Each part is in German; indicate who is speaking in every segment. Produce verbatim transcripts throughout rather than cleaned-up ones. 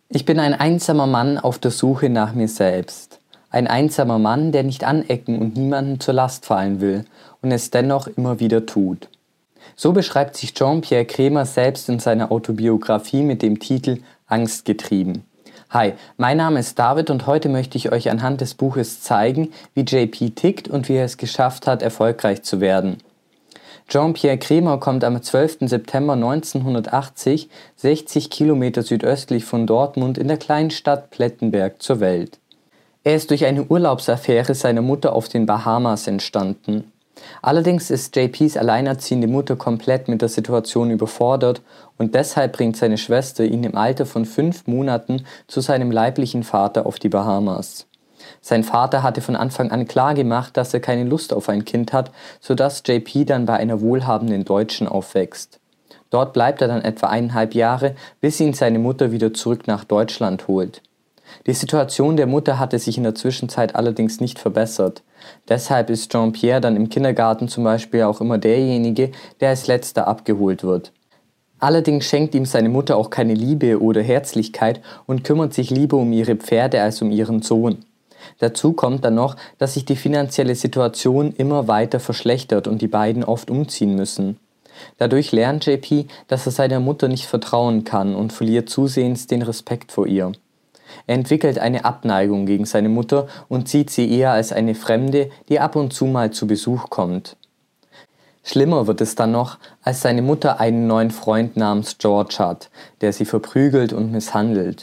Speaker 1: Ich bin ein einsamer Mann auf der Suche nach mir selbst. Ein einsamer Mann, der nicht anecken und niemandem zur Last fallen will und es dennoch immer wieder tut. So beschreibt sich Jean-Pierre Kremer selbst in seiner Autobiografie mit dem Titel Angstgetrieben. Hi, mein Name ist David und heute möchte ich euch anhand des Buches zeigen, wie J P tickt und wie er es geschafft hat, erfolgreich zu werden. Jean-Pierre Kremer kommt am zwölften September neunzehnhundertachtzig, sechzig Kilometer südöstlich von Dortmund in der kleinen Stadt Plettenberg zur Welt. Er ist durch eine Urlaubsaffäre seiner Mutter auf den Bahamas entstanden. Allerdings ist J Ps alleinerziehende Mutter komplett mit der Situation überfordert und deshalb bringt seine Schwester ihn im Alter von fünf Monaten zu seinem leiblichen Vater auf die Bahamas. Sein Vater hatte von Anfang an klar gemacht, dass er keine Lust auf ein Kind hat, sodass J P dann bei einer wohlhabenden Deutschen aufwächst. Dort bleibt er dann etwa eineinhalb Jahre, bis ihn seine Mutter wieder zurück nach Deutschland holt. Die Situation der Mutter hatte sich in der Zwischenzeit allerdings nicht verbessert. Deshalb ist Jean-Pierre dann im Kindergarten zum Beispiel auch immer derjenige, der als letzter abgeholt wird. Allerdings schenkt ihm seine Mutter auch keine Liebe oder Herzlichkeit und kümmert sich lieber um ihre Pferde als um ihren Sohn. Dazu kommt dann noch, dass sich die finanzielle Situation immer weiter verschlechtert und die beiden oft umziehen müssen. Dadurch lernt J P, dass er seiner Mutter nicht vertrauen kann und verliert zusehends den Respekt vor ihr. Er entwickelt eine Abneigung gegen seine Mutter und sieht sie eher als eine Fremde, die ab und zu mal zu Besuch kommt. Schlimmer wird es dann noch, als seine Mutter einen neuen Freund namens George hat, der sie verprügelt und misshandelt.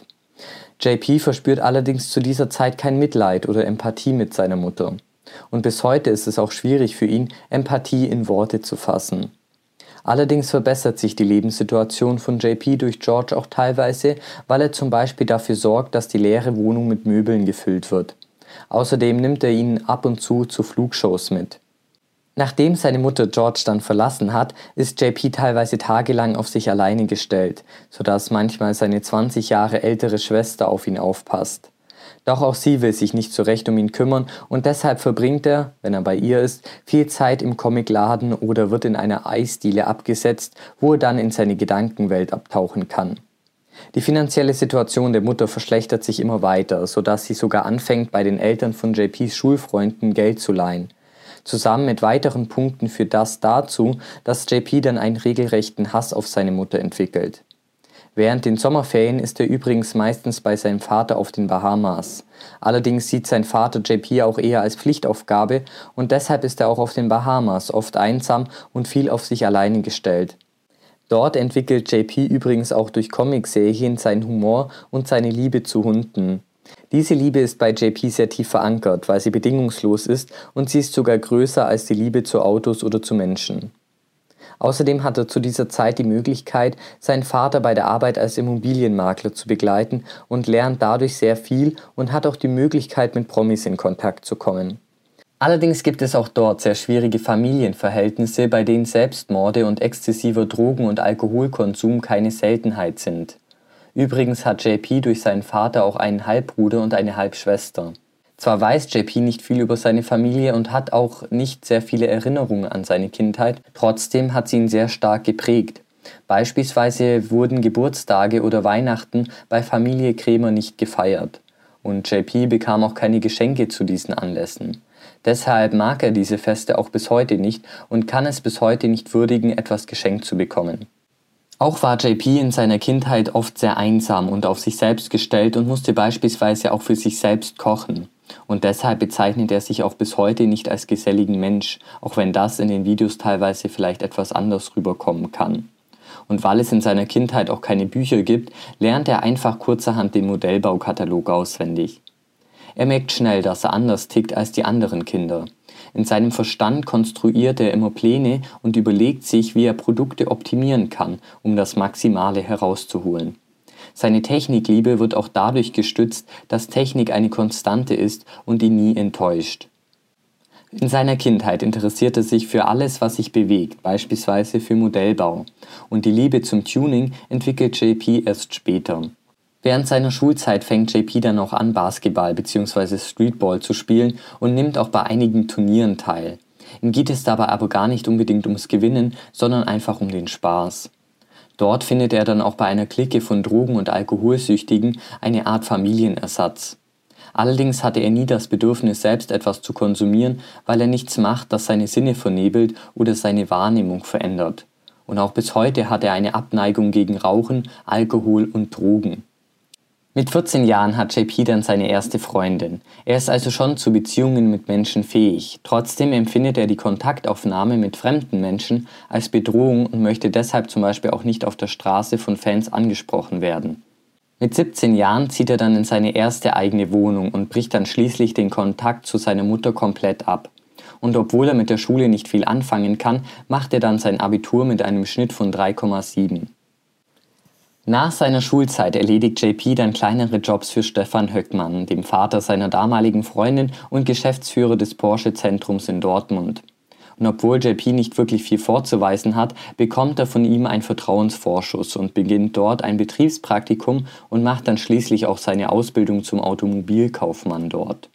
Speaker 1: J P verspürt allerdings zu dieser Zeit kein Mitleid oder Empathie mit seiner Mutter. Und bis heute ist es auch schwierig für ihn, Empathie in Worte zu fassen. Allerdings verbessert sich die Lebenssituation von J P durch George auch teilweise, weil er zum Beispiel dafür sorgt, dass die leere Wohnung mit Möbeln gefüllt wird. Außerdem nimmt er ihn ab und zu zu Flugshows mit. Nachdem seine Mutter George dann verlassen hat, ist J P teilweise tagelang auf sich alleine gestellt, sodass manchmal seine zwanzig Jahre ältere Schwester auf ihn aufpasst. Doch auch sie will sich nicht so recht um ihn kümmern und deshalb verbringt er, wenn er bei ihr ist, viel Zeit im Comicladen oder wird in einer Eisdiele abgesetzt, wo er dann in seine Gedankenwelt abtauchen kann. Die finanzielle Situation der Mutter verschlechtert sich immer weiter, sodass sie sogar anfängt, bei den Eltern von J Ps Schulfreunden Geld zu leihen. Zusammen mit weiteren Punkten führt das dazu, dass J P dann einen regelrechten Hass auf seine Mutter entwickelt. Während den Sommerferien ist er übrigens meistens bei seinem Vater auf den Bahamas. Allerdings sieht sein Vater J P auch eher als Pflichtaufgabe und deshalb ist er auch auf den Bahamas oft einsam und viel auf sich alleine gestellt. Dort entwickelt J P übrigens auch durch Comicserien seinen Humor und seine Liebe zu Hunden. Diese Liebe ist bei J P sehr tief verankert, weil sie bedingungslos ist und sie ist sogar größer als die Liebe zu Autos oder zu Menschen. Außerdem hat er zu dieser Zeit die Möglichkeit, seinen Vater bei der Arbeit als Immobilienmakler zu begleiten und lernt dadurch sehr viel und hat auch die Möglichkeit, mit Promis in Kontakt zu kommen. Allerdings gibt es auch dort sehr schwierige Familienverhältnisse, bei denen Selbstmorde und exzessiver Drogen- und Alkoholkonsum keine Seltenheit sind. Übrigens hat J P durch seinen Vater auch einen Halbbruder und eine Halbschwester. Zwar weiß J P nicht viel über seine Familie und hat auch nicht sehr viele Erinnerungen an seine Kindheit, trotzdem hat sie ihn sehr stark geprägt. Beispielsweise wurden Geburtstage oder Weihnachten bei Familie Kremer nicht gefeiert. Und J P bekam auch keine Geschenke zu diesen Anlässen. Deshalb mag er diese Feste auch bis heute nicht und kann es bis heute nicht würdigen, etwas geschenkt zu bekommen. Auch war J P in seiner Kindheit oft sehr einsam und auf sich selbst gestellt und musste beispielsweise auch für sich selbst kochen. Und deshalb bezeichnet er sich auch bis heute nicht als geselligen Mensch, auch wenn das in den Videos teilweise vielleicht etwas anders rüberkommen kann. Und weil es in seiner Kindheit auch keine Bücher gibt, lernt er einfach kurzerhand den Modellbaukatalog auswendig. Er merkt schnell, dass er anders tickt als die anderen Kinder. In seinem Verstand konstruiert er immer Pläne und überlegt sich, wie er Produkte optimieren kann, um das Maximale herauszuholen. Seine Technikliebe wird auch dadurch gestützt, dass Technik eine Konstante ist und ihn nie enttäuscht. In seiner Kindheit interessiert er sich für alles, was sich bewegt, beispielsweise für Modellbau. Und die Liebe zum Tuning entwickelt J P erst später. Während seiner Schulzeit fängt J P dann auch an, Basketball bzw. Streetball zu spielen und nimmt auch bei einigen Turnieren teil. Ihm geht es dabei aber gar nicht unbedingt ums Gewinnen, sondern einfach um den Spaß. Dort findet er dann auch bei einer Clique von Drogen- und Alkoholsüchtigen eine Art Familienersatz. Allerdings hatte er nie das Bedürfnis, selbst etwas zu konsumieren, weil er nichts macht, das seine Sinne vernebelt oder seine Wahrnehmung verändert. Und auch bis heute hat er eine Abneigung gegen Rauchen, Alkohol und Drogen. Mit vierzehn Jahren hat J P dann seine erste Freundin. Er ist also schon zu Beziehungen mit Menschen fähig. Trotzdem empfindet er die Kontaktaufnahme mit fremden Menschen als Bedrohung und möchte deshalb zum Beispiel auch nicht auf der Straße von Fans angesprochen werden. Mit siebzehn Jahren zieht er dann in seine erste eigene Wohnung und bricht dann schließlich den Kontakt zu seiner Mutter komplett ab. Und obwohl er mit der Schule nicht viel anfangen kann, macht er dann sein Abitur mit einem Schnitt von drei Komma sieben. Nach seiner Schulzeit erledigt J P dann kleinere Jobs für Stefan Höckmann, dem Vater seiner damaligen Freundin und Geschäftsführer des Porsche-Zentrums in Dortmund. Und obwohl J P nicht wirklich viel vorzuweisen hat, bekommt er von ihm einen Vertrauensvorschuss und beginnt dort ein Betriebspraktikum und macht dann schließlich auch seine Ausbildung zum Automobilkaufmann dort.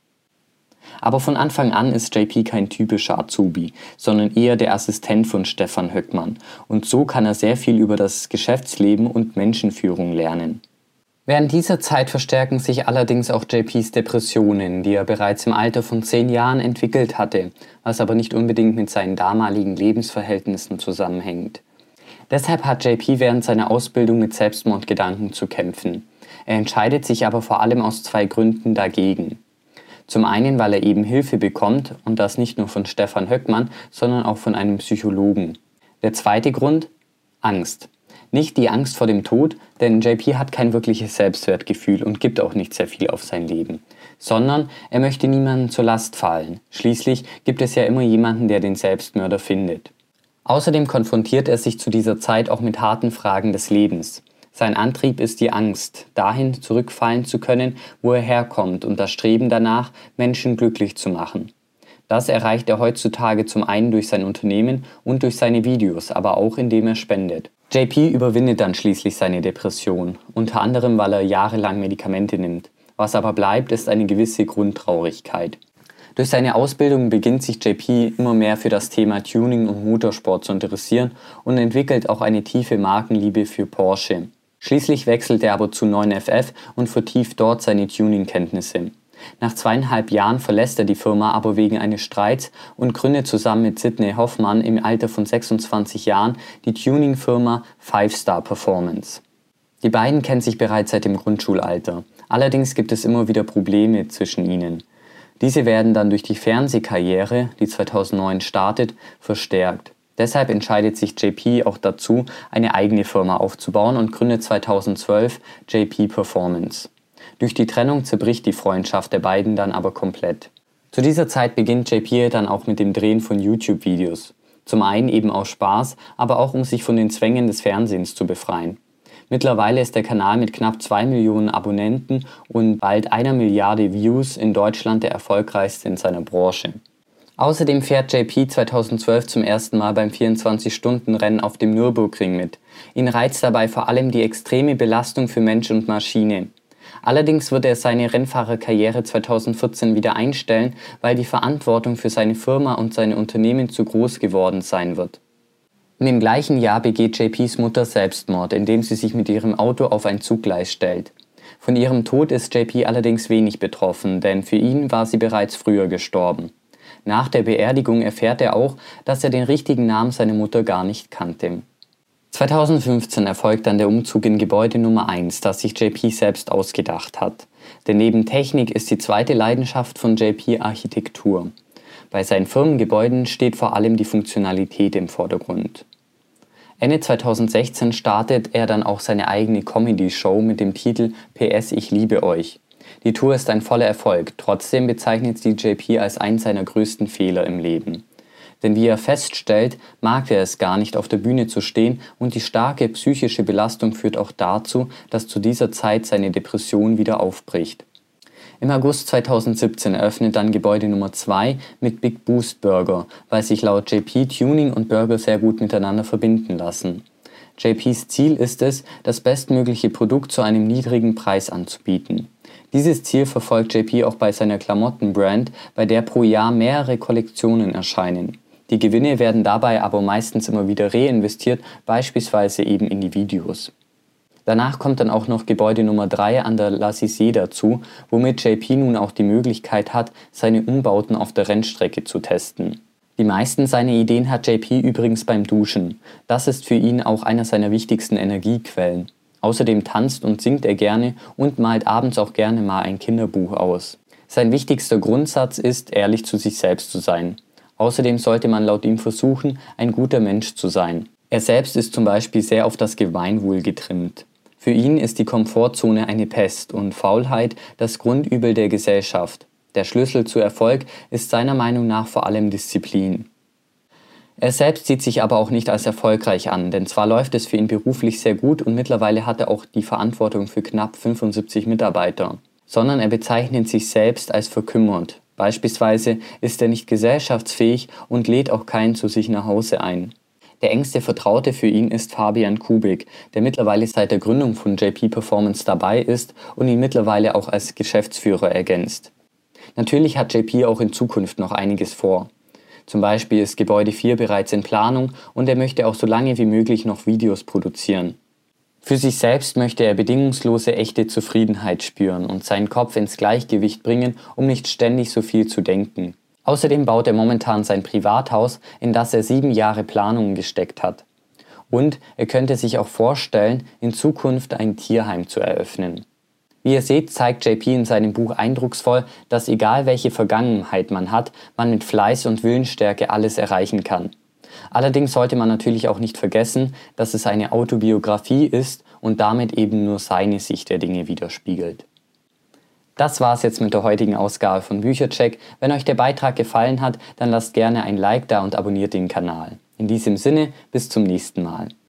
Speaker 1: Aber von Anfang an ist J P kein typischer Azubi, sondern eher der Assistent von Stefan Höckmann. Und so kann er sehr viel über das Geschäftsleben und Menschenführung lernen. Während dieser Zeit verstärken sich allerdings auch J Ps Depressionen, die er bereits im Alter von zehn Jahren entwickelt hatte, was aber nicht unbedingt mit seinen damaligen Lebensverhältnissen zusammenhängt. Deshalb hat J P während seiner Ausbildung mit Selbstmordgedanken zu kämpfen. Er entscheidet sich aber vor allem aus zwei Gründen dagegen. Zum einen, weil er eben Hilfe bekommt und das nicht nur von Stefan Höckmann, sondern auch von einem Psychologen. Der zweite Grund? Angst. Nicht die Angst vor dem Tod, denn J P hat kein wirkliches Selbstwertgefühl und gibt auch nicht sehr viel auf sein Leben, sondern er möchte niemandem zur Last fallen. Schließlich gibt es ja immer jemanden, der den Selbstmörder findet. Außerdem konfrontiert er sich zu dieser Zeit auch mit harten Fragen des Lebens. Sein Antrieb ist die Angst, dahin zurückfallen zu können, wo er herkommt und das Streben danach, Menschen glücklich zu machen. Das erreicht er heutzutage zum einen durch sein Unternehmen und durch seine Videos, aber auch indem er spendet. J P überwindet dann schließlich seine Depression, unter anderem weil er jahrelang Medikamente nimmt. Was aber bleibt, ist eine gewisse Grundtraurigkeit. Durch seine Ausbildung beginnt sich J P immer mehr für das Thema Tuning und Motorsport zu interessieren und entwickelt auch eine tiefe Markenliebe für Porsche. Schließlich wechselt er aber zu neun F F und vertieft dort seine Tuning-Kenntnisse. Nach zweieinhalb Jahren verlässt er die Firma aber wegen eines Streits und gründet zusammen mit Sidney Hoffmann im Alter von sechsundzwanzig Jahren die Tuning-Firma Five Star Performance. Die beiden kennen sich bereits seit dem Grundschulalter. Allerdings gibt es immer wieder Probleme zwischen ihnen. Diese werden dann durch die Fernsehkarriere, die zweitausendneun startet, verstärkt. Deshalb entscheidet sich J P auch dazu, eine eigene Firma aufzubauen und gründet zweitausendzwölf J P Performance. Durch die Trennung zerbricht die Freundschaft der beiden dann aber komplett. Zu dieser Zeit beginnt J P dann auch mit dem Drehen von YouTube-Videos. Zum einen eben aus Spaß, aber auch um sich von den Zwängen des Fernsehens zu befreien. Mittlerweile ist der Kanal mit knapp zwei Millionen Abonnenten und bald einer Milliarde Views in Deutschland der erfolgreichste in seiner Branche. Außerdem fährt J P zweitausendzwölf zum ersten Mal beim vierundzwanzig-Stunden-Rennen auf dem Nürburgring mit. Ihn reizt dabei vor allem die extreme Belastung für Mensch und Maschine. Allerdings wird er seine Rennfahrerkarriere zweitausendvierzehn wieder einstellen, weil die Verantwortung für seine Firma und seine Unternehmen zu groß geworden sein wird. In dem gleichen Jahr begeht J Ps Mutter Selbstmord, indem sie sich mit ihrem Auto auf ein Zuggleis stellt. Von ihrem Tod ist J P allerdings wenig betroffen, denn für ihn war sie bereits früher gestorben. Nach der Beerdigung erfährt er auch, dass er den richtigen Namen seiner Mutter gar nicht kannte. zweitausendfünfzehn erfolgt dann der Umzug in Gebäude Nummer eins, das sich J P selbst ausgedacht hat. Denn neben Technik ist die zweite Leidenschaft von J P Architektur. Bei seinen Firmengebäuden steht vor allem die Funktionalität im Vordergrund. Ende zweitausendsechzehn startet er dann auch seine eigene Comedy-Show mit dem Titel P S Ich liebe euch. Die Tour ist ein voller Erfolg, trotzdem bezeichnet sie J P als einen seiner größten Fehler im Leben. Denn wie er feststellt, mag er es gar nicht, auf der Bühne zu stehen und die starke psychische Belastung führt auch dazu, dass zu dieser Zeit seine Depression wieder aufbricht. Im August zweitausendsiebzehn eröffnet dann Gebäude Nummer zwei mit Big Boost Burger, weil sich laut J P Tuning und Burger sehr gut miteinander verbinden lassen. J Ps Ziel ist es, das bestmögliche Produkt zu einem niedrigen Preis anzubieten. Dieses Ziel verfolgt J P auch bei seiner Klamottenbrand, bei der pro Jahr mehrere Kollektionen erscheinen. Die Gewinne werden dabei aber meistens immer wieder reinvestiert, beispielsweise eben in die Videos. Danach kommt dann auch noch Gebäude Nummer drei an der La Cizé dazu, womit J P nun auch die Möglichkeit hat, seine Umbauten auf der Rennstrecke zu testen. Die meisten seiner Ideen hat J P übrigens beim Duschen. Das ist für ihn auch einer seiner wichtigsten Energiequellen. Außerdem tanzt und singt er gerne und malt abends auch gerne mal ein Kinderbuch aus. Sein wichtigster Grundsatz ist, ehrlich zu sich selbst zu sein. Außerdem sollte man laut ihm versuchen, ein guter Mensch zu sein. Er selbst ist zum Beispiel sehr auf das Gemeinwohl getrimmt. Für ihn ist die Komfortzone eine Pest und Faulheit das Grundübel der Gesellschaft. Der Schlüssel zu Erfolg ist seiner Meinung nach vor allem Disziplin. Er selbst sieht sich aber auch nicht als erfolgreich an, denn zwar läuft es für ihn beruflich sehr gut und mittlerweile hat er auch die Verantwortung für knapp fünfundsiebzig Mitarbeiter, sondern er bezeichnet sich selbst als verkümmert. Beispielsweise ist er nicht gesellschaftsfähig und lädt auch keinen zu sich nach Hause ein. Der engste Vertraute für ihn ist Fabian Kubik, der mittlerweile seit der Gründung von J P Performance dabei ist und ihn mittlerweile auch als Geschäftsführer ergänzt. Natürlich hat J P auch in Zukunft noch einiges vor. Zum Beispiel ist Gebäude vier bereits in Planung und er möchte auch so lange wie möglich noch Videos produzieren. Für sich selbst möchte er bedingungslose echte Zufriedenheit spüren und seinen Kopf ins Gleichgewicht bringen, um nicht ständig so viel zu denken. Außerdem baut er momentan sein Privathaus, in das er sieben Jahre Planungen gesteckt hat. Und er könnte sich auch vorstellen, in Zukunft ein Tierheim zu eröffnen. Wie ihr seht, zeigt J P in seinem Buch eindrucksvoll, dass egal welche Vergangenheit man hat, man mit Fleiß und Willensstärke alles erreichen kann. Allerdings sollte man natürlich auch nicht vergessen, dass es eine Autobiografie ist und damit eben nur seine Sicht der Dinge widerspiegelt. Das war's jetzt mit der heutigen Ausgabe von Büchercheck. Wenn euch der Beitrag gefallen hat, dann lasst gerne ein Like da und abonniert den Kanal. In diesem Sinne, bis zum nächsten Mal.